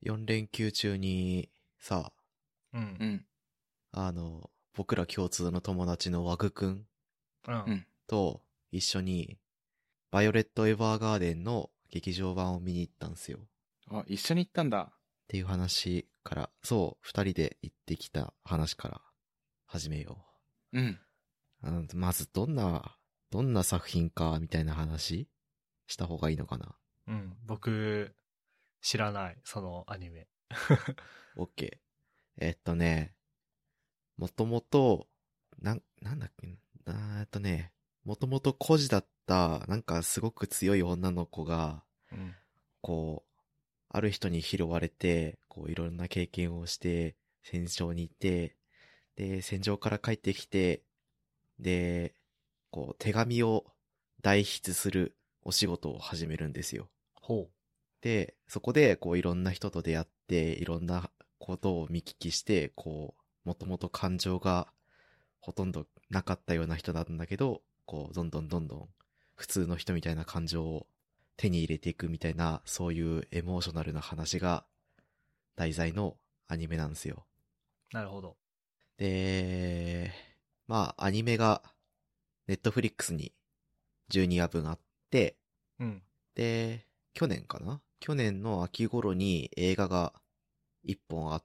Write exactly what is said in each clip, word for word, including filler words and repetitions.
よん連休中にさ、 うん。 うん。 あの、僕ら共通の友達のワグくんうん。 うん。 と一緒に、バイオレット・エヴァーガーデンの劇場版を見に行ったんすよ。っあ、一緒に行ったんだ。 ていう話から、そう、二人で行ってきた話から始めようん。 う。あのまず、どんな、どんな作品か、みたいな話した方がいいのかな。 うん。僕、知らない、そのアニメ。 オッケー。えっとね、もともと、なん、なんだっけな、えっとね、もともと孤児だった、なんかすごく強い女の子が、 うん。 こう、ある人に拾われて、こういろんな経験をして、戦場に行って、で、戦場から帰ってきて、で、こう手紙を代筆するお仕事を始めるんですよ。 ほで、そこでこういろんな人と出会って、いろんなことを見聞きして、こう、もともと感情がほとんどなかったような人なんだけど、こう、どんどんどんどん普通の人みたいな感情を手に入れていくみたいな、そういうエモーショナルな話が題材のアニメなんですよ。 う。なるほど。 で、まあ、アニメがネットフリックスにじゅうにわぶんあって、 うん。 で、去年かな去年の秋頃に映画がいっぽんあって、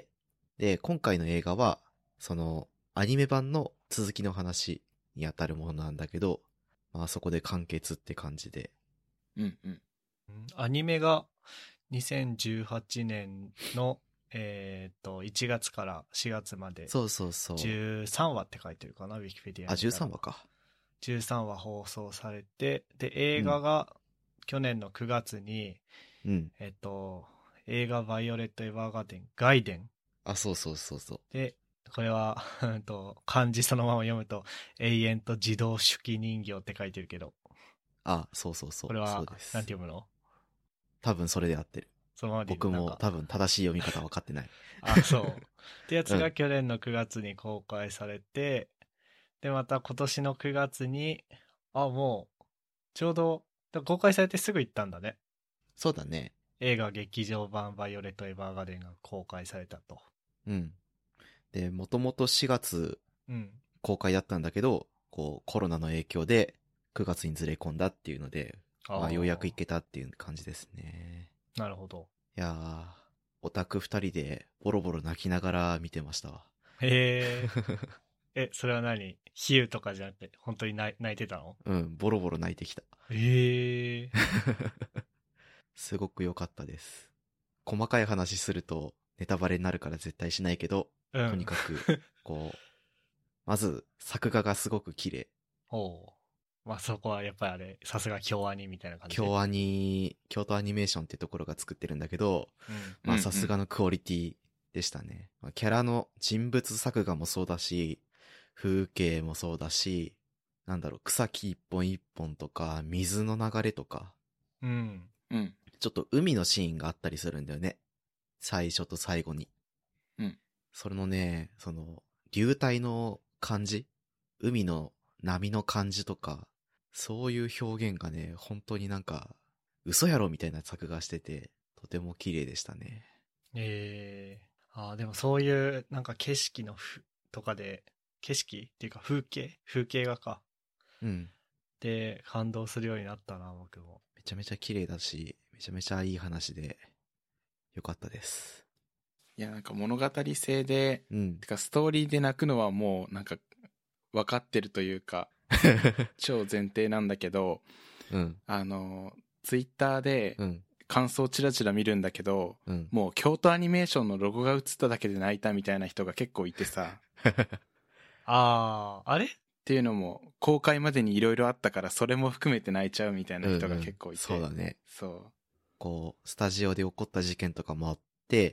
で、今回の映画は、その、アニメ版の続きの話にあたるものなんだけど、まあそこで完結って感じで。 うんうん。 うんアニメがにせんじゅうはちねんの、えっと、いちがつからしがつまでそうそうそう。 じゅうさんわって書いてるかな、ウィキペディアあ、 に見たら。 じゅうさんわか。 じゅうさんわ放送されて、で、映画が去年のくがつに、 うん。 えっと、映画バイオレット・エヴァーガーデン、ガイデン。 あ、そうそうそうそう。 で、これは、うんと漢字そのまま読むと、永遠と自動手記人形って書いてるけど、 あ、そうそうそう。 これは、なんてそうです。 読むの？ 多分それで合ってる。 そのままでいる僕なんかも多分正しい読み方分かってない。 あ、そう。ってやつうん。 が去年のくがつに公開されて、で、また今年のくがつに、あ、もう、ちょうど、だ公開されてすぐ行ったんだね。 そうだね。 映画劇場版バイオレット・エヴァーガーデンが公開されたと。 うん。で、もともとしがつうん。 公開だったんだけど、こう、コロナの影響でくがつにずれ込んだっていうので、 あまあ、ようやく行ーけたっていう感じですね。 なるほど。 いやー、オタク二人でボロボロ泣きながら見てましたわ。 へえ。え、それは何比喩とかじゃなくて、本当に泣い泣いてたの？ うん、ボロボロ泣いてきた。 へえ。 すごく良かったです。細かい話するとネタバレになるから絶対しないけど、 うん。 とにかく、こう、まず作画がすごく綺麗。 おう。まあそこはやっぱりあれ、さすが京アニみたいな感じ。 京アニ、京都アニメーションってところが作ってるんだけど、 うん。 まあうんうんさすがのクオリティでしたね。まあキャラの人物作画もそうだし、風景もそうだし、なんだろう、草木一本一本とか、水の流れとか、 うん。 うん。 ちょっと海のシーンがあったりするんだよね。最初と最後に。 うん。 それのね、その、流体の感じ海の波の感じとか、そういう表現がね、本当になんか、嘘やろみたいな作画してて、とても綺麗でしたね。 ええああ、でもそういうなんか景色のふとかで、景色っていうか風景風景画か。 うん。 で感動するようになったな、僕も。 めちゃめちゃ綺麗だし、めちゃめちゃいい話で、よかったです。 いや、なんか物語性で、 うん。 てかストーリーで泣くのはもうなんか分かってるというか、超前提なんだけど、 うん。 あの、ツイッターでうん。 感想チラチラ見るんだけど、 うん。 もう京都アニメーションのロゴが映っただけで泣いたみたいな人が結構いてさ、 ああ、あれっていうのも公開までにいろいろあったからそれも含めて泣いちゃうみたいな人が結構いて、 そうだね。 そこう、スタジオで起こった事件とかもあって、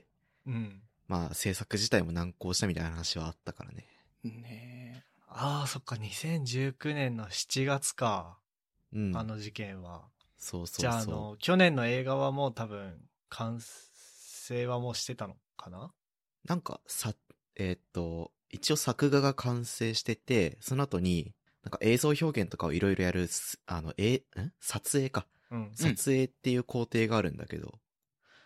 うん。 まあ制作自体も難航したみたいな話はあったからね。 うねああ、そっか、にせんじゅうきゅうねんのしちがつか。 うん。 あの事件は。 そうそうそう。 じゃあ、あの、去年の映画はもう多分、完成はもうしてたのかな？ なんか、さ、えーっと、一応作画が完成してて、その後に、なんか映像表現とかをいろいろやるす、あの、え、ん撮影か。 うん。 撮影っていう工程があるんだけど、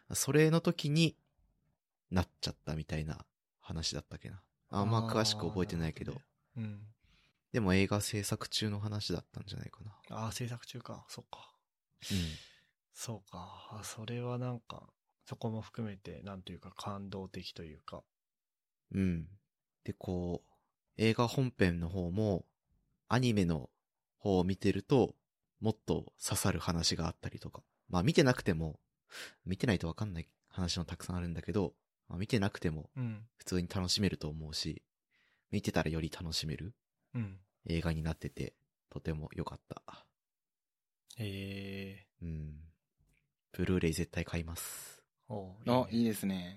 それの時になっちゃったみたいな話だったっけな。あんま詳しく覚えてないけど。 あーなるほどねでも映画制作中の話だったんじゃないかな。 うん。ああ、制作中か。そっか。 うん。 そうか。あ、それはなんか、そこも含めて、なんというか感動的というか。 うん。で、こう、映画本編の方も、アニメの方を見てると、もっと刺さる話があったりとか。まあ見てなくても、見てないとわかんない話もたくさんあるんだけど、まあ、見てなくてもうん。 普通に楽しめると思うし、見てたらより楽しめるうん。 映画になってて、とても良かった。 へえうん。ブルーレイ絶対買います。 ー。おうあ、いいね。 ですね。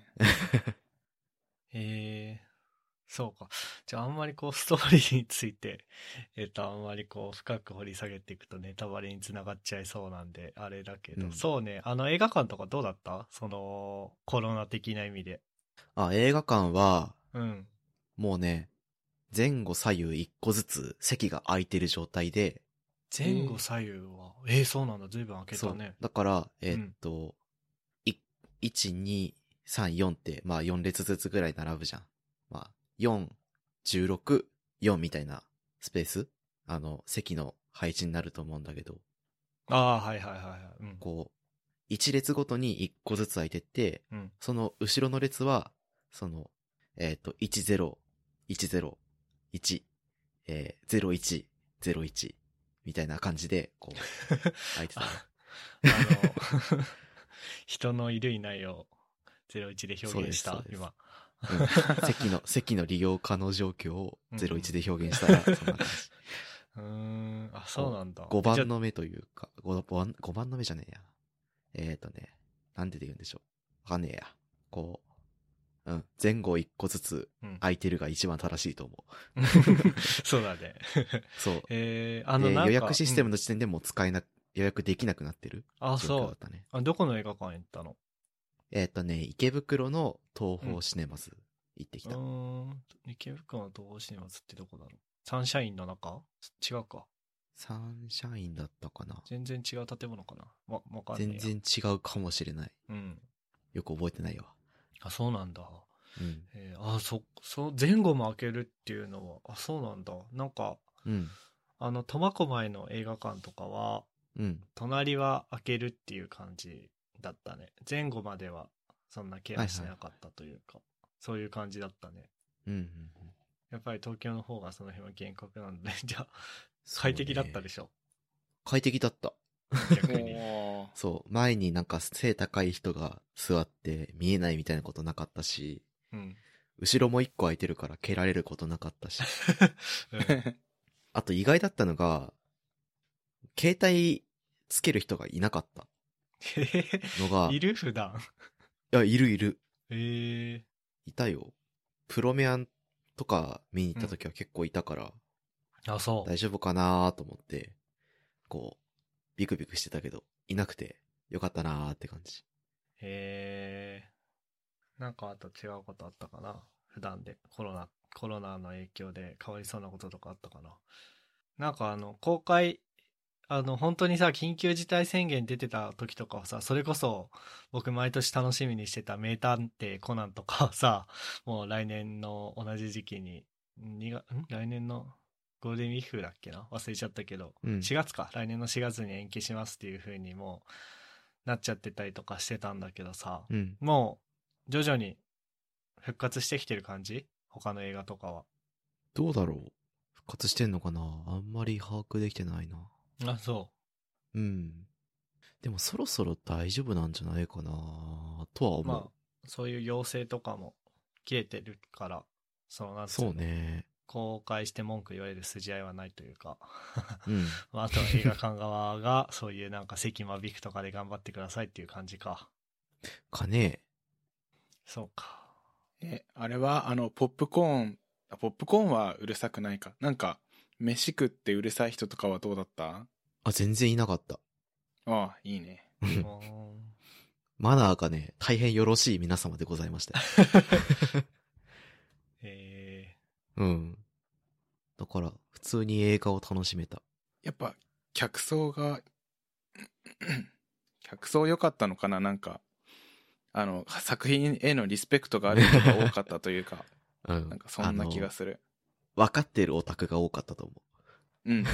へえー。そうか。じゃああんまりこうストーリーについて、えっとあんまりこう深く掘り下げていくとネタバレにつながっちゃいそうなんで、あれだけど、 うんそうね、あの映画館とかどうだった？その、コロナ的な意味で。 あ、映画館は、 うん。 もうね、前後左右一個ずつ席が空いてる状態で、 前後左右は、えー、そうなんだ。随分開けそう。 たね。 だから、えーっと、いいち、に、さん、よんって、まあよん列ずつぐらい並ぶじゃん。まあ、よん、じゅうろく、よんみたいなスペースあの、席の配置になると思うんだけど、 ああ、はいはいはいはい。うん。 こう、いち列ごとにいっこずつ空いてって、 うん。 その後ろの列は、その、えっ、と、いちゼロ、いちゼロ、いち、えー、ゼロいち、ゼロいち、みたいな感じで、こう、空いてたね。 あの、人のいるいないをゼロイチで表現したそうです今。 うん、席の、席の利用可能状況をゼロいちで表現したら、そんな感じ。 うーん、あ、そうなんだ。 ごじゃばんの目というか、ごばん、ごばんの目じゃねえや。えーとね、なんでで言うんでしょう。わかんねえや。こう、うん、前後一個ずつうん空いてるが一番正しいと思う。 そうだね。 そう。 えー、あの、 でなんか予約システムうんの時点でもう使えな、予約できなくなってるあ、 状況そう。 だったね。 あ、どこの映画館行ったの？ えっ、とね、池袋の東宝シネマズ行ってきうた。 ーん、池袋の東宝シネマズってどこだろう？サンシャインの中？違うか。 サンシャインだったかな。 全然違う建物かな。わ、わかんね全えや。 然違うかもしれない。 うん。 よく覚えてないわ。 あ、そうなんだ。 うん。 えー、あ、そ、そう、前後も開けるっていうのは、あ、そうなんだ。なんか、 うん。 あの、苫小牧の映画館とかは、 うん。 隣は開けるっていう感じだったね。前後まではそんなケアしなかったというか、そういう感じだったね。 うんうんうん。 やっぱり東京の方がその辺は厳格なんで、じゃあ、 そうね快適だったでしょ。 快適だった。 逆に。 おーそう。前になんか背高い人が座って見えないみたいなことなかったし、 うん。 後ろも一個空いてるから蹴られることなかったし。 うんあと意外だったのが、携帯つける人がいなかったへへへのが、いいる普段。 や、いるいる。 えいたよ。プロメアンとか見に行った時は結構いたから、 ー。あ、そう。 大丈夫かなーと思って、こう、ビクビクしてたけど、いなくてよかったなーって感じ。 へえ。なんかあと違うことあったかな普段で。コロナ、コロナの影響で変わりそうなこととかあったかな？なんかあの、公開、あの、本当にさ、緊急事態宣言出てた時とかはさ、それこそ、僕毎年楽しみにしてた名探偵コナンとかはさ、もう来年の同じ時期に、にが、ん来年のゴールデンウィークだっけな忘れちゃったけど、 うんしがつか。来年のしがつに延期しますっていう風にもう、なっちゃってたりとかしてたんだけどさ、 うん。 もう、徐々に復活してきてる感じ？他の映画とかは。 どうだろう復活してんのかなあんまり把握できてないな。 あ、そうん。でもそろそろ大丈夫なんじゃないかなとはう。 思う。 まあ、そういう要請とかも切れてるから、その、なんつうのそうね。 公開して文句言われる筋合いはないというか。 うん。 まあ、あとは映画館側が、そういうなんか席間引くとかで頑張ってくださいっていう感じか。 かねそうか。 え、あれは、あの、ポップコーン、あポップコーンはうるさくないか。なんか、飯食ってうるさい人とかはどうだった？ あ、全然いなかった。 ああ、いいね。 うーんマナーがね、大変よろしい皆様でございましたよ。 えうん。だから、普通に映画を楽しめた。 やっぱ、客層が、客層良かったのかななんか、 あの、作品へのリスペクトがある人が多かったというか、 うん。 なんかそんな気がする。 分かってるオタクが多かったと思う。 うんうん。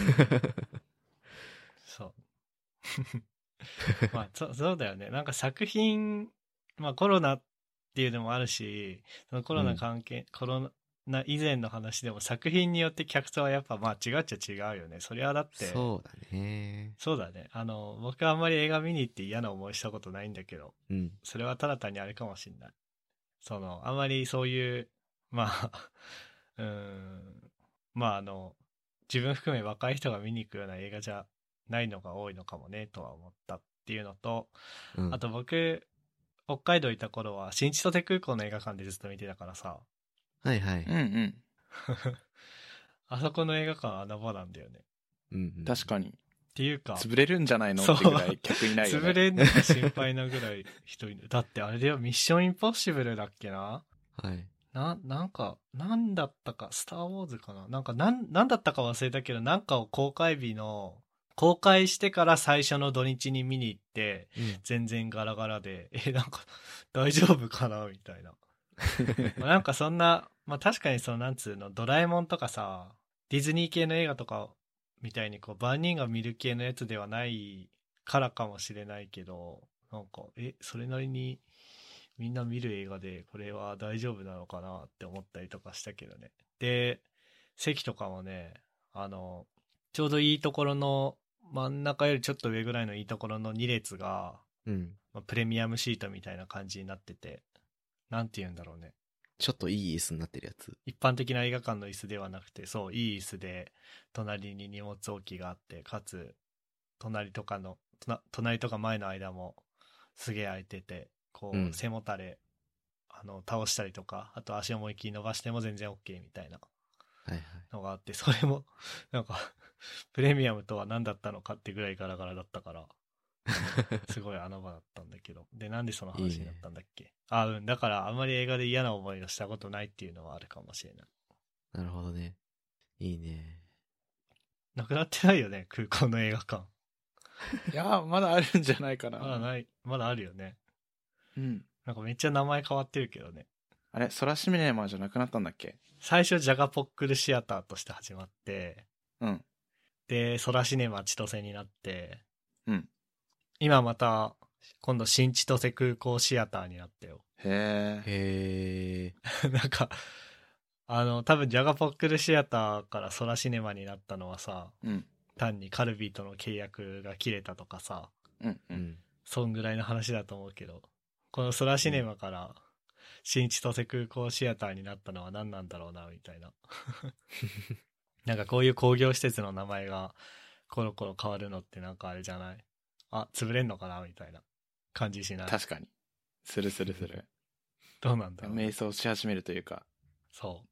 そう。まあそ、そうだよね。なんか作品、まあコロナっていうのもあるし、そのコロナ関係、うん、コロナ以前の話でも作品によって客層はやっぱまあ違っちゃ違うよね。それはだって。 そうだね。 そうだね。あの、僕はあんまり映画見に行って嫌な思いしたことないんだけど、 うん。 それはただ単にあれかもしんない。その、あんまりそういう、まあ、うーん、まああの、自分含め若い人が見に行くような映画じゃないのが多いのかもね、とは思ったっていうのと、うん、あと僕、北海道いた頃は、新千歳空港の映画館でずっと見てたからさ。 はいはい。 うんうん。 あそこの映画館穴場なんだよね。 うんうん、確かに。 っていうか。 潰れるんじゃないのってぐらい客いないよね。 潰れんのが心配なぐらい人いる。だってあれだよ、ミッションインポッシブルだっけな？ はい。 な、なんか、なんだったか、スターウォーズかな？なんか、なん、なんだったか忘れたけど、なんかを公開日の、公開してから最初の土日に見に行って、うん、全然ガラガラで、え、なんか、大丈夫かなみたいな。なんかそんな、まあ確かにその、なんつうの、ドラえもんとかさ、ディズニー系の映画とかみたいにこう、万人が見る系のやつではないからかもしれないけど、なんか、え、それなりにみんな見る映画でこれは大丈夫なのかなって思ったりとかしたけどね。で、席とかもね、あの、ちょうどいいところの、真ん中よりちょっと上ぐらいのいいところのに列が、 うんまあ、プレミアムシートみたいな感じになってて、なんて言うんだろうね。 ちょっといい椅子になってるやつ。 一般的な映画館の椅子ではなくて、そう、いい椅子で、隣に荷物置きがあって、かつ、隣とかの、隣とか前の間も、すげえ空いてて、こう、うん、背もたれ、あの、倒したりとか、あと足思いっきり伸ばしても全然 OK みたいなのがあって、それも、なんか、プレミアムとは何だったのかってぐらいガラガラだったから、すごい穴場だったんだけど。で、なんでその話になったんだっけ？いいね、あ、うん。だからあんまり映画で嫌な思いをしたことないっていうのはあるかもしれない。 なるほどね。いいね。 なくなってないよね、空港の映画館。 いやー、まだあるんじゃないかな。 まだない、まだあるよね。 うん。 なんかめっちゃ名前変わってるけどね。 あれ、ソラシミネマじゃなくなったんだっけ？ 最初ジャガポックルシアターとして始まって、 うん。 で、ソラシネマ千歳になって、 うん。 今また、今度新千歳空港シアターになったよ。 へー。 へー。なんか、あの、多分ジャガポックルシアターからソラシネマになったのはさ、 うん、 単にカルビーとの契約が切れたとかさ、 うんうん、 そんぐらいの話だと思うけど、このソラシネマから新千歳空港シアターになったのは何なんだろうな、みたいな。なんかこういう工業施設の名前がコロコロ変わるのってなんかあれじゃない？あ、潰れんのかなみたいな感じしない？ 確かに。するするする。 どうなんだろう、ね。 迷走し始めるというか。 そう。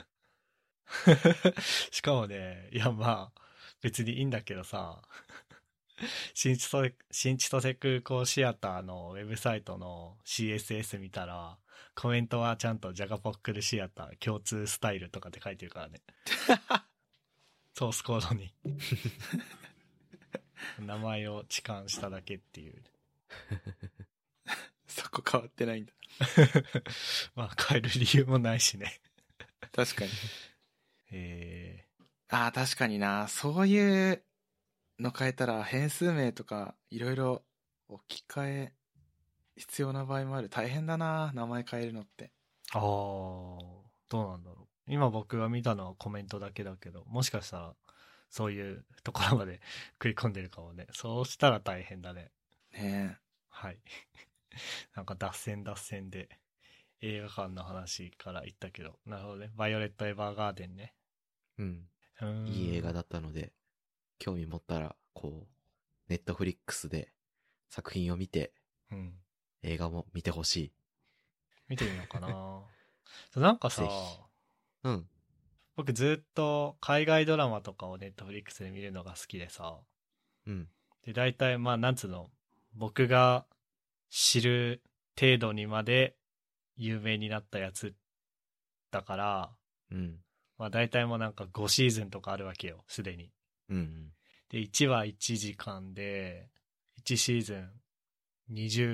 しかもね、いやまあ、別にいいんだけどさ、新千歳、新千歳空港シアターのウェブサイトの シーエスエス 見たら、コメントはちゃんとジャガポックルシアター共通スタイルとかって書いてるからね。ソースコードに。名前を置換しただけっていう。 そこ変わってないんだ。 まあ変える理由もないしね。 確かに。 えー、ああ、確かにな。そういうの変えたら変数名とかいろいろ置き換え必要な場合もある。大変だな、名前変えるのって。 ああ、どうなんだろう。今僕が見たのはコメントだけだけど、もしかしたらそういうところまで食い込んでるかもね。そうしたら大変だね。 ねえ。 はい。なんか脱線脱線で映画館の話から言ったけど、なるほどね。バイオレット・エヴァーガーデンね。 うん。 うーん、 いい映画だったので、興味持ったら、こう、ネットフリックスで作品を見て、うん、映画も見てほしい。 見てみようかな。なんかさ、 うん。 僕ずっと海外ドラマとかをネットフリックスで見るのが好きでさ。 うん。 で、大体まあなんつうの、僕が知る程度にまで有名になったやつだから、 うん。 まあ大体もうなんかごシーズンとかあるわけよ、すでに。 うん、うん。 で、いちわいちじかんで、いちシーズンにじゅう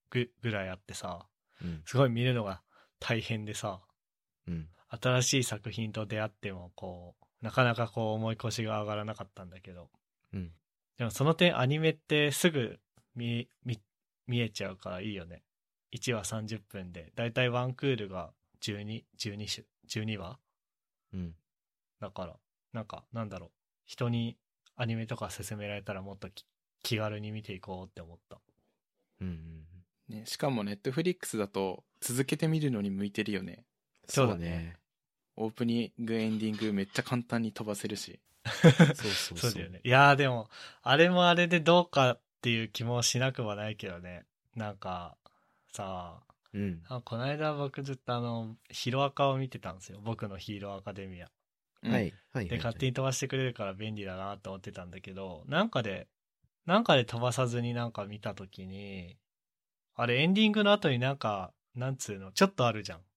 ぐぐらいあってさ、 うん。 すごい見るのが大変でさ、 うん。 新しい作品と出会ってもこうなかなかこう重い腰が上がらなかったんだけど、 うん。 でもその点アニメってすぐ見見見えちゃうからいいよね。いちわさんじゅっぷんでだいたいワンクールがじゅうに、じゅうに種じゅうにわうん。 だから、なんかなんだろう、人にアニメとか勧められたらもっとき気軽に見ていこうって思った。 うん。 ね、しかもネットフリックスだと続けて見るのに向いてるよね。 そうだね。 オープニングエンディングめっちゃ簡単に飛ばせるし。 そうそうそう。 そうだよね。いやーでも、あれもあれでどうかっていう気もしなくはないけどね。なんか、さうん。 あ、この間僕ずっとあの、ヒロアカを見てたんですよ。僕のヒーローアカデミア。 うんはい。はい。 で、 はい勝手に飛ばしてくれるから便利だなと思ってたんだけど、なんかで、なんかで飛ばさずになんか見たときに、あれエンディングの後になんか、なんつうの、ちょっとあるじゃん。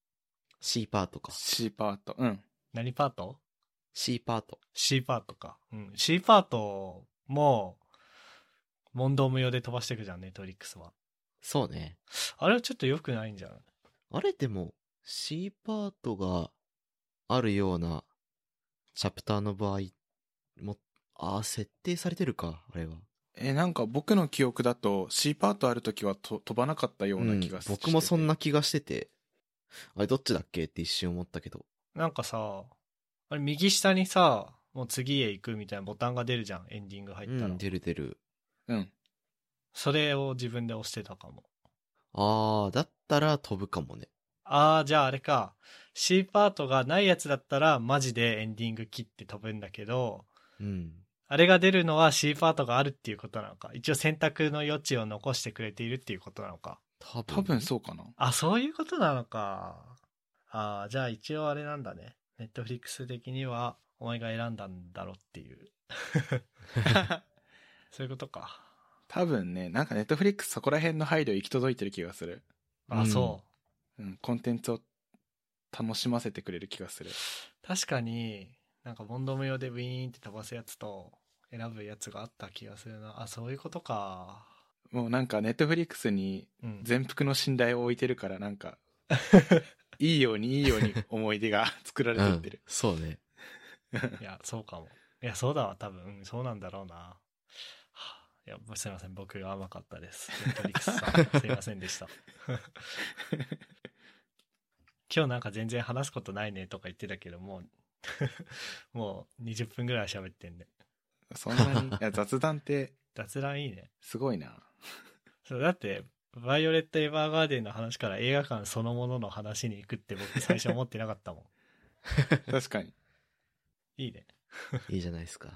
C パートか。 C パート。うん。 何パート？ C パート。 C パートか。うん。C パートも、問答無用で飛ばしていくじゃん、ネットフリックスは。 そうね。 あれはちょっと良くないんじゃない？ あれでも、C パートがあるようなチャプターの場合も、ああ、設定されてるか、あれは。 え、なんか僕の記憶だと C パートあるときはと飛ばなかったような気がしてて、 うん、僕もそんな気がしてて、あれどっちだっけって一瞬思ったけど。 なんかさ、あれ右下にさ、もう次へ行くみたいなボタンが出るじゃん、エンディング入ったら。 うん、出る出る。 うん。 それを自分で押してたかも。 ああ、だったら飛ぶかもね。 あー、じゃああれか。C パートがないやつだったらマジでエンディング切って飛ぶんだけど、 うん。 あれが出るのは C パートがあるっていうことなのか。一応選択の余地を残してくれているっていうことなのか。 多分。 多分そうかな。 あ、そういうことなのか。ああ、じゃあ一応あれなんだね。ネットフリックス的には、お前が選んだんだろっていう。そういうことか。 多分ね、なんかネットフリックスそこら辺の配慮行き届いてる気がする。 あ、 うんそうん、コンテンツを楽しませてくれる気がする。 う。確かに、なんか問答無用でウィーンって飛ばすやつと、選ぶやつがあった気がするな。あ、そういうことか。 もうなんかネットフリックスにうん。 全幅の信頼を置いてるからなんか、いいようにいいように思い出が作られてうんいってる。 そうね。 いや、そうかも。いや、そうだわ、多分。うんそうなんだろうな。はあいや、すいません。僕が甘かったです。ネットフリックスさん、すいませんでした。今日なんか全然話すことないねとか言ってたけど、もう、もうにじゅっぷんぐらい喋ってんで。 そんなに、いや雑談って雑談いいね。 すごいな。 そう、だって、バイオレット・エヴァーガーデンの話から映画館そのものの話に行くって僕最初思ってなかったも確かに。 ん。いいね。 いいじゃないですか。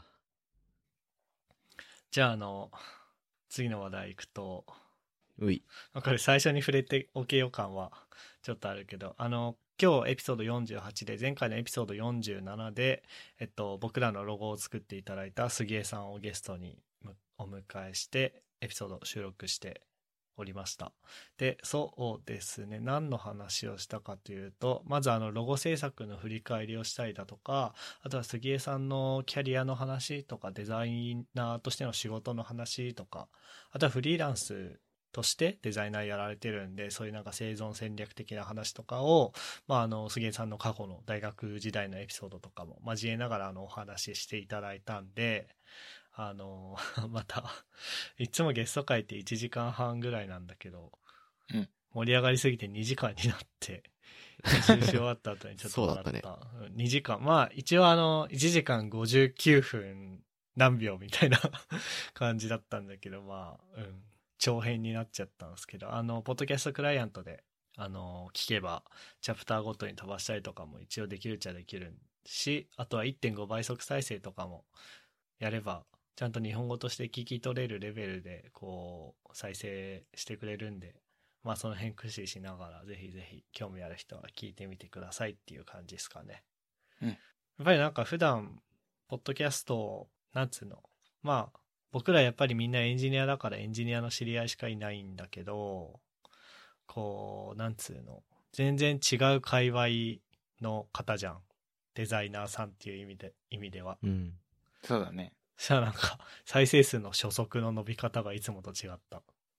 じゃあ、あの、次の話題行くと、 うい。 これ最初に触れておけよ感はちょっとあるけど、あの、今日エピソードよんじゅうはちで、前回のエピソードよんじゅうななで、えっと、僕らのロゴを作っていただいた杉江さんをゲストにお迎えして、エピソードを収録しておりました。で、そうですね、何の話をしたかというと、まずあの、ロゴ制作の振り返りをしたりだとか、あとは杉江さんのキャリアの話とか、デザイナーとしての仕事の話とか、あとはフリーランスとしてデザイナーやられてるんで、そういうなんか生存戦略的な話とかを、まあ、あの、杉江さんの過去の大学時代のエピソードとかも交えながらあのお話ししていただいたんで、あの、また、いつもゲスト会っていちじかんはんぐらいなんだけど、 うん、 盛り上がりすぎてにじかんになって、練習し終わった後にちょっと笑った。 そうだったうんにじかん。まあ、一応あの、いちじかんごじゅうきゅうふん何秒みたいな感じだったんだけど、まあ、うん。長編になっちゃったんですけど、あの、ポッドキャストクライアントで、あの、聞けば、チャプターごとに飛ばしたりとかも一応できるっちゃできるし、あとはいってんごばい速再生とかもやれば、ちゃんと日本語として聞き取れるレベルで、こう、再生してくれるんで、まあその辺駆使しながら、ぜひぜひ興味ある人は聞いてみてくださいっていう感じですかね。 うん。 やっぱりなんか普段、ポッドキャスト、なんつうの、まあ、僕らやっぱりみんなエンジニアだからエンジニアの知り合いしかいないんだけど、こう、なんつうの、全然違う界隈の方じゃん。デザイナーさんっていう意味で、意味では。 うん。 そうだね。 じゃあなんか、再生数の初速の伸び方がいつもと違った。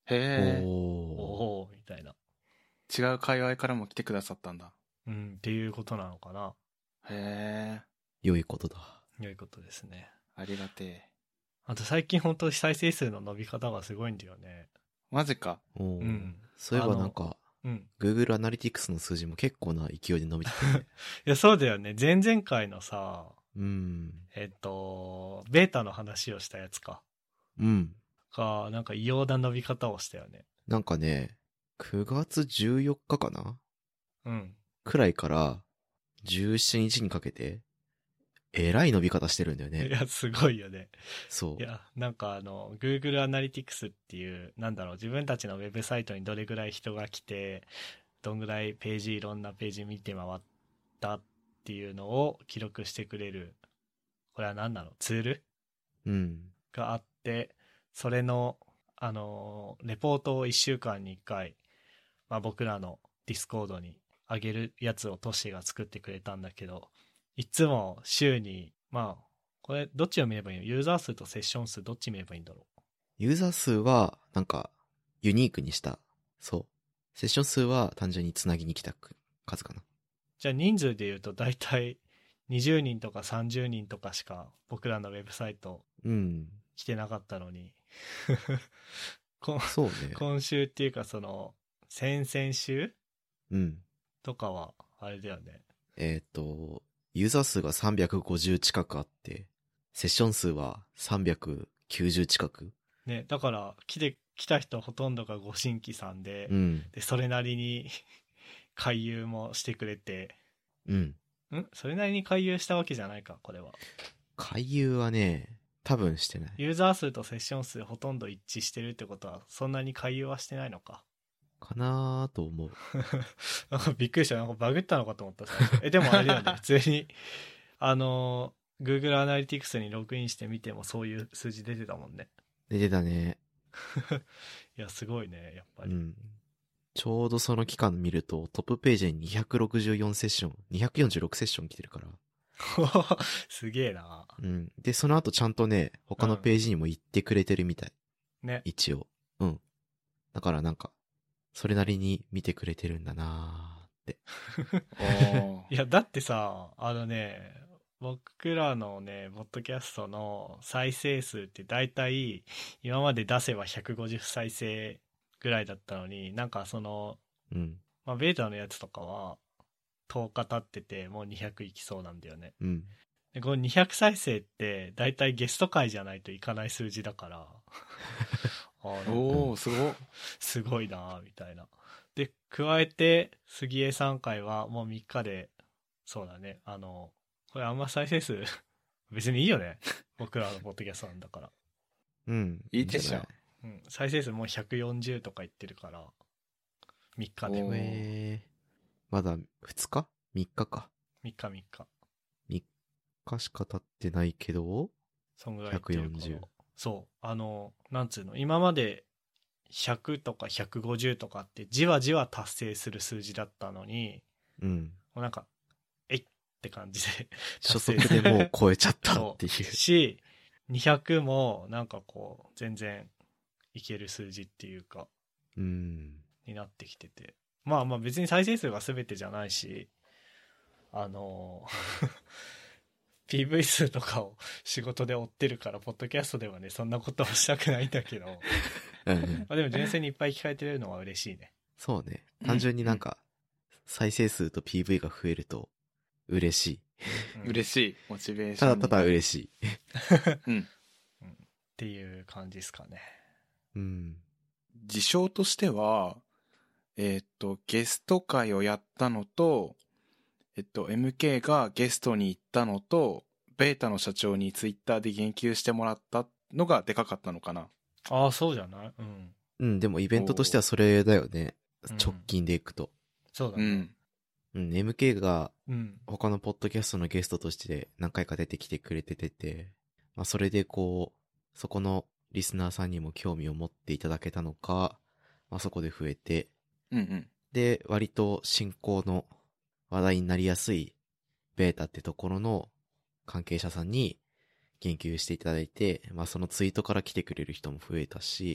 へえ。 おおー。 おーみたいな。 違う界隈からも来てくださったんだ。 うん、っていうことなのかな。 へえ。 良いことだ。 良いことですね。 ありがてえ。 あと最近本当に再生数の伸び方がすごいんだよね。 マジか。 おー。 うんそういえばあのなんか、 うん。 Google Analytics の数字も結構な勢いで伸びてたね。 いや、そうだよね。前々回のさ、 うん。 えっと、ベータの話をしたやつか。 うん。 が、なんか異様な伸び方をしたよね。 なんかね、くがつじゅうよっかかなうん。 くらいからじゅうしちにちにかけて、えらい伸び方してるんだよいね。 や、すごいよね。 そう。 いや、なんかあの、Google Analytics っていう、なんだろう、自分たちのウェブサイトにどれぐらい人が来て、どんぐらいページ、いろんなページ見て回ったっていうのを記録してくれる、これは何なのツールうん。 があって、それの、あの、レポートをいっしゅうかんにいっかい、まあ僕らの Discord に上げるやつをトッシーが作ってくれたんだけど、いつも週に、まあ、これどっちを見ればいいの？ユーザー数とセッション数どっち見ればいいんだろユーザー数は、なんか、ユニークにした。そう。セッション数は単純につなぎに来た数かな。 う？じゃあ人数で言うと大体にじゅうにんとかさんじゅうにんとかしか僕らのウェブサイトうん。 来てなかったのにこそうね。 今週っていうかその先々週うん。 とかはあれだよね。 えっと、ユーザー数がさんびゃくごじゅう近くあって、セッション数はさんびゃくきゅうじゅう近く。 ね、だから来て来た人ほとんどがご新規さんで、 うん。 でそれなりに回遊もしてくれて、 うん。 んそれなりに回遊したわけじゃないかこれは。 回遊はね、多分してない。 ユーザー数とセッション数ほとんど一致してるってことはそんなに回遊はしてないのか。 かなーと思う。 なんかびっくりした。なんかバグったのかと思った最初。えでもあれだよね。普通にあの Google Analytics にログインしてみてもそういう数字出てたもんね。 出てたね。 いやすごいねやっぱり。 うん。ちょうどその期間見るとトップページににひゃくろくじゅうよんセッション、にひゃくよんじゅうろくセッション来てるから。 すげえな。 うん。で、その後ちゃんとね、他のページにも行ってくれてるみたい。 ね。 一応。うん。だからなんか、それなりに見てくれてるんだなーって。 おーいやだってさあのね僕らのねポッドキャストの再生数って大体今まで出せばひゃくごじゅう再生ぐらいだったのに、なんかその、 うん。 まあ、ベータのやつとかはとおか経っててもうにひゃくいきそうなんだよね。 うん。 でこのにひゃく再生って大体ゲスト回じゃないといかない数字だからあーなんかおー、すごっ。 すごいなみたいな。で加えて杉江さん回はもうみっかで、そうだね、あのこれあんま再生数別にいいよね僕らのポッドキャストなんだから、 うん。 いいでしょじゃない。 うん、再生数もうひゃくよんじゅうとか言ってるからみっかでおーえー、まだふつか ?みっ 日か。 みっかみっかみっかしか経ってないけど、 そんぐらい言ってるからひゃくよんじゅう。 そうあのなんつうの今までひゃくとかひゃくごじゅうとかってじわじわ達成する数字だったのに、 うん。 もうなんかえいって感じで初速でもう超えちゃったっていう。 そうしにひゃくもなんかこう全然いける数字っていうかうん。 になってきてて、まあまあ別に再生数が全てじゃないし、あのピーブイ 数とかを仕事で追ってるからポッドキャストではねそんなことはしたくないんだけどうんうんまあでも純粋にいっぱい聞かれてるのは嬉しいね。 そうね。単純になんか、再生数と ピーブイ が増えると嬉しい。 うん嬉しい。モチベーションに。 ただただ嬉しい。 うん。 っていう感じですかね。 うん。 事象としては、えーっと、ゲスト会をやったのと、えっと、エムケー がゲストに行ったのと、ベータの社長にツイッターで言及してもらったのがでかかったのかな。 ああそうじゃない？うんうん、でもイベントとしてはそれだよね。 うん直近でいくと。 そうだね。 うん。 うん、エムケー がうん他のポッドキャストのゲストとして何回か出てきてくれててて、まあそれでこう、そこのリスナーさんにも興味を持っていただけたのか、まあそこで増えて、 うんうん。 で、割と進行の話題になりやすいベータってところの関係者さんに言及していただいて、まあそのツイートから来てくれる人も増えたし、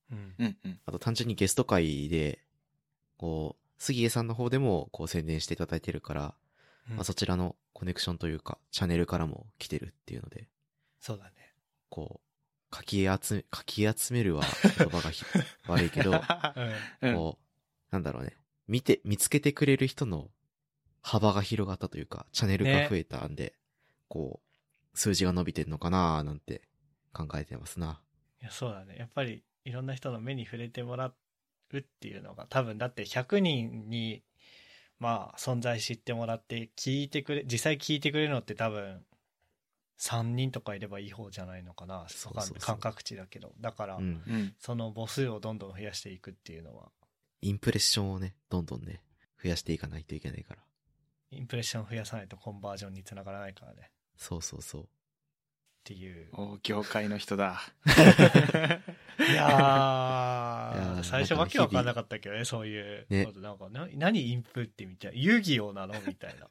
うんうんうん。 あと単純にゲスト会で、こう、杉江さんの方でもこう宣伝していただいてるから、 うんまあ、そちらのコネクションというか、チャンネルからも来てるっていうので、 そうだね。 こう、かき集め、かき集めるは言葉がひ悪いけど、 うんこう、なんだろうね。見て、見つけてくれる人の幅が広がったというか、チャンネルが増えたんで、こう、数字が伸びてんのかなーなんて考えてますな。 いや、そうだね。やっぱりいろんな人の目に触れてもらうっていうのが多分だってひゃくにんにまあ存在知ってもらって聞いてくれ、実際聞いてくれるのって多分さんにんとかいればいい方じゃないのかな。 そうそうそう感覚値だけど。だから、 うん。 うん。 その母数をどんどん増やしていくっていうのは、 インプレッションをね、どんどんね、増やしていかないといけないから。 インプレッション増やさないとコンバージョンにつながらないからね。っそうそうそう。 ていう。 おー業界の人だ。 いやー、 いやー最初わけわかんなかったけどね、そういう。 ねなんかな、何インプってみたいな。遊戯王なのみたいな。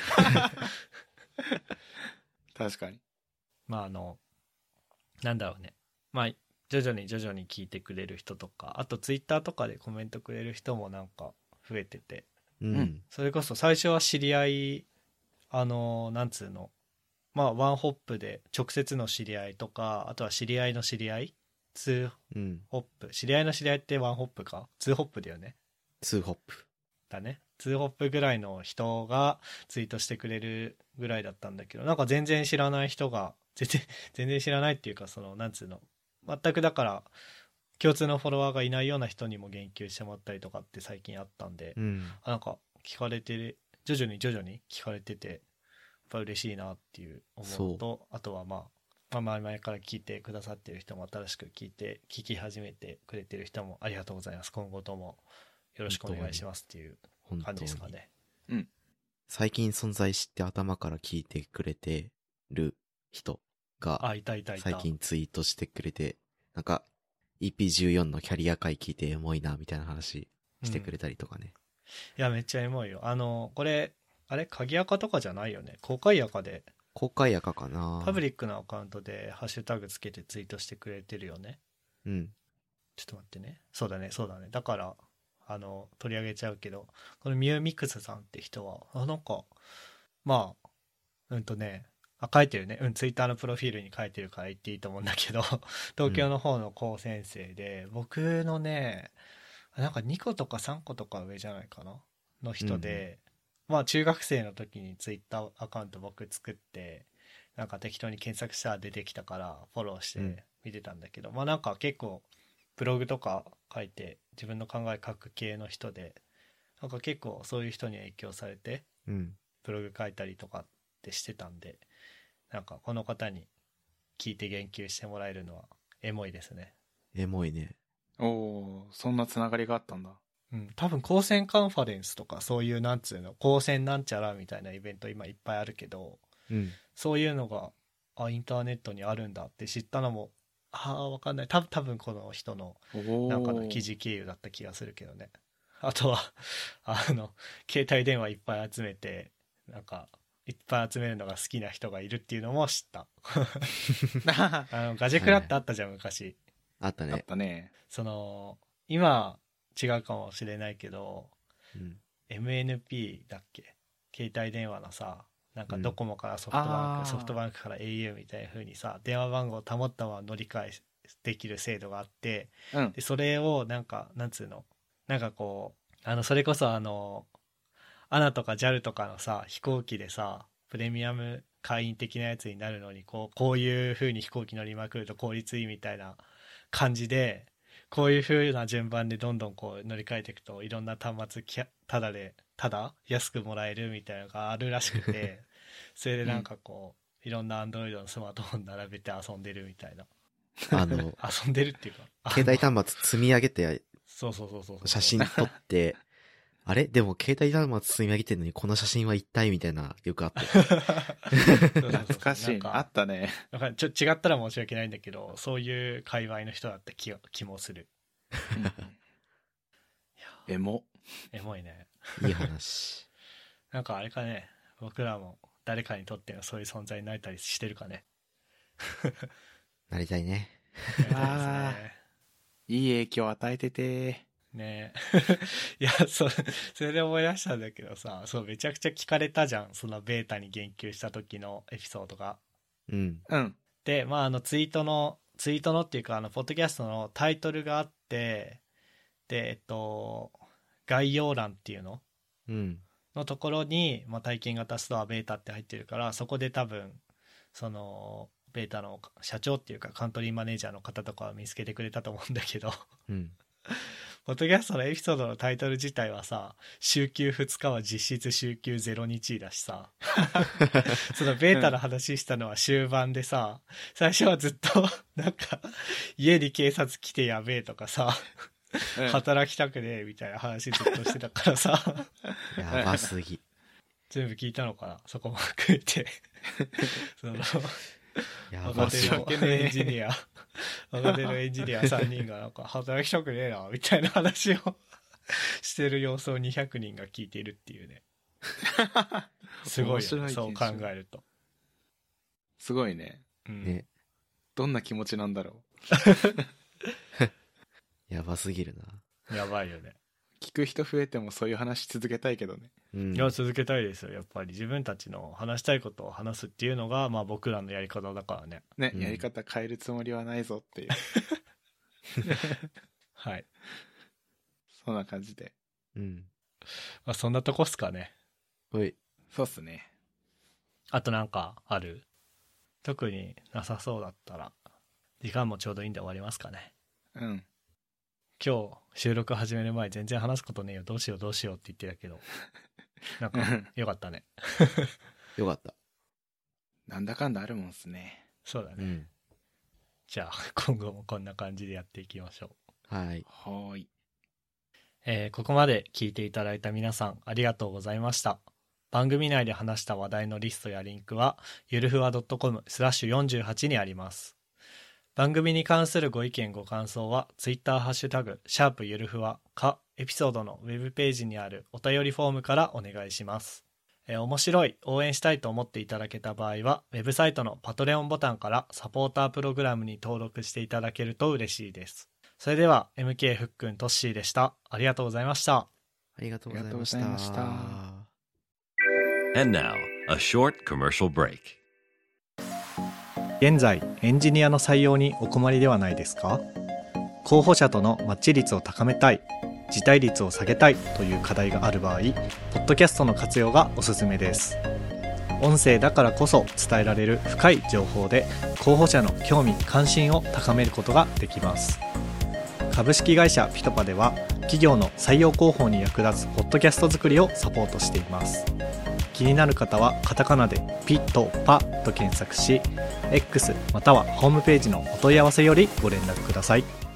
確かに。 まああの、なんだろうね。まあ、徐々に徐々に聞いてくれる人とか、あとツイッターとかでコメントくれる人もなんか増えてて、 うん。 うんそれこそ最初は知り合い、あの、なんつうの、まあワンホップで直接の知り合いとか、あとは知り合いの知り合い、ツーうん。 ホップ、知り合いの知り合いってワンホップかツーホップだよね。 ツーホップ。 だね。ツーホップぐらいの人がツイートしてくれるぐらいだったんだけど、なんか全然知らない人が、全然、全然知らないっていうか、その、なんつうの、全くだから、共通のフォロワーがいないような人にも言及してもらったりとかって最近あったんで、 うん。 あなんか聞かれて、徐々に徐々に聞かれてて、やっぱ嬉しいなっていう思うのと、あとはまあ、まあ、前々から聞いてくださってる人も新しく聞いて、聞き始めてくれてる人もありがとうございます。今後ともよろしくお願いしますっていう本当に感じですかね。 最近存在して頭から聞いてくれてる人が、 あ、いたいたいた。 最近ツイートしてくれて、なんか、イーピーじゅうよん のキャリア回聞いてエモいな、みたいな話してくれたりとかね。 いや、めっちゃエモいよ。あの、これ、あれ鍵アカとかじゃないよね。公開アカで、 公開やかかなパブリックのアカウントでハッシュタグつけてツイートしてくれてるよね。 うん。 ちょっと待ってね。そうだね、そうだね。だから、あの、取り上げちゃうけど、このミューミックスさんって人は、あ、なんか、まあ、うんとね、あ、書いてるね。うん、ツイッターのプロフィールに書いてるから言っていいと思うんだけど、東京の方の高先生で、僕のね、なんかにことかさんことか上じゃないかなの人で、まあ中学生の時にツイッターアカウント僕作って、なんか適当に検索したら出てきたからフォローしうんて見てたんだけど、まあなんか結構ブログとか書いて自分の考え書く系の人で、なんか結構そういう人に影響されてうん。 ブログ書いたりとかってしてたんで、なんかこの方に聞いて言及してもらえるのはエモいですね。 エモいね。 おー、そんなつながりがあったんだ。 うん、多分高専カンファレンスとかそういうなんつうの高専なんちゃらみたいなイベント今いっぱいあるけど、 うん。 そういうのがあインターネットにあるんだって知ったのもああわかんない、多分多分この人のおー。 なんかの記事経由だった気がするけどね。あとはあの携帯電話いっぱい集めてなんかいっぱい集めるのが好きな人がいるっていうのも知ったあのガジェクラってあったじゃん、昔。 あっあったね。 たね。 その今違うかもしれないけど、 うん。 エムエヌピー だっけ、携帯電話のさ、なんかドコモからソフトバンク、 あーソフトバンクから エーユー みたいな風にさ、電話番号を保ったまま乗り換えできる制度があって、 うん。 でそれをなんかなんつうの、なんかこうあのそれこそあのアナとか ジャル とかのさ飛行機でさプレミアム会員的なやつになるのに、こうこういう風に飛行機乗りまくると効率いいみたいな感じで、こういう風な順番でどんどんこう乗り換えていくといろんな端末きゃただでただ安くもらえるみたいなのがあるらしくてそれでなんかこう、いろんなアンドロイドのスマートフォン並べて遊んでるみたいなあの、 遊んでるっていうか携帯あの端末積み上げて、 そうそうそうそうそう写真撮って、あれでも携帯端末積み上げてんのにこの写真は一体みたいな、よくあって。 懐かしい。 なんかあったね。 なんかちょ違ったら申し訳ないんだけど、そういう界隈の人だった気が気もする。 エモ。 エモいね。 いい話。 なんかあれかね、僕らも誰かにとってのそういう存在になれたりしてるかね。 なりたいね。 やりたいですね。 いい影響与えてて。 ねいや、そ、それで思い出したんだけどさ、そう、めちゃくちゃ聞かれたじゃん。そのベータに言及した時のエピソードが。 うん。 うん。 で、まあ、あの、ツイートの、ツイートのっていうか、あの、ポッドキャストのタイトルがあって、で、えっと、概要欄っていうのうん。 のところに、まあ、体験型ストアベータって入ってるから、そこで多分、その、ベータの社長っていうか、カントリーマネージャーの方とかは見つけてくれたと思うんだけど、 うん。 ポッドキャストのエピソードのタイトル自体はさ、週休ふつかは実質週休ゼロにちだしさ、そのベータの話したのは終盤でさ、最初はずっと、なんか、家に警察来てやべえとかさ、 うん働きたくねえみたいな話ずっとしてたからさ、 やばすぎ。 全部聞いたのかな、そこも含めて。そのや若手ばすぎ。 のエンジニア、若手のエンジニアさんにんがなんか働きたくねえな、みたいな話をしてる様子をにひゃくにんが聞いているっていうね。すごいよね、 面白いそう考えると。 すごいね。 うん、 ね。 どんな気持ちなんだろやばすぎるな。 やばいよね。 う。聞く人増えてもそういう話続けたいけどね。 うん。 いや、続けたいですよ。やっぱり自分たちの話したいことを話すっていうのが、まあ僕らのやり方だからね。 ね、 うんやり方変えるつもりはないぞっていう。 はい。 そんな感じで。 うん。 まあそんなとこっすかね。 おい。 そうっすね。 あとなんかある？特になさそうだったら、時間もちょうどいいんで終わりますかね。 うん。 今日収録始める前全然話すことねえよ、どうしようどうしようって言ってたけど、なんかよかったね。 よかった。 なんだかんだあるもんっすね。 そうだね。 うん。 じゃあ今後もこんな感じでやっていきましょう。 はい。 はーい。 えーここまで聞いていただいた皆さんありがとうございました。番組内で話した話題のリストやリンクはゆるふわ .com スラッシュよんじゅうはちにあります。番組に関するご意見ご感想はツイッターハッシュタグシャープゆるふわかエピソードのウェブページにあるお便りフォームからお願いします。えー面白い、応援したいと思っていただけた場合はウェブサイトのパトレオンボタンからサポータープログラムに登録していただけると嬉しいです。それでは エムケー ふっくんとっしーでした。ありがとうございました。 ありがとうございました。 ありがとうございま And now, a short commercial break. 現在エンジニアの採用にお困りではないですか？候補者とのマッチ率を高めたい、辞退率を下げたいという課題がある場合、ポッドキャストの活用がおすすめです。音声だからこそ伝えられる深い情報で候補者の興味関心を高めることができます。株式会社ピトパでは企業の採用広報に役立つポッドキャスト作りをサポートしています。気になる方はカタカナでピトパと検索し、X またはホームページのお問い合わせよりご連絡ください。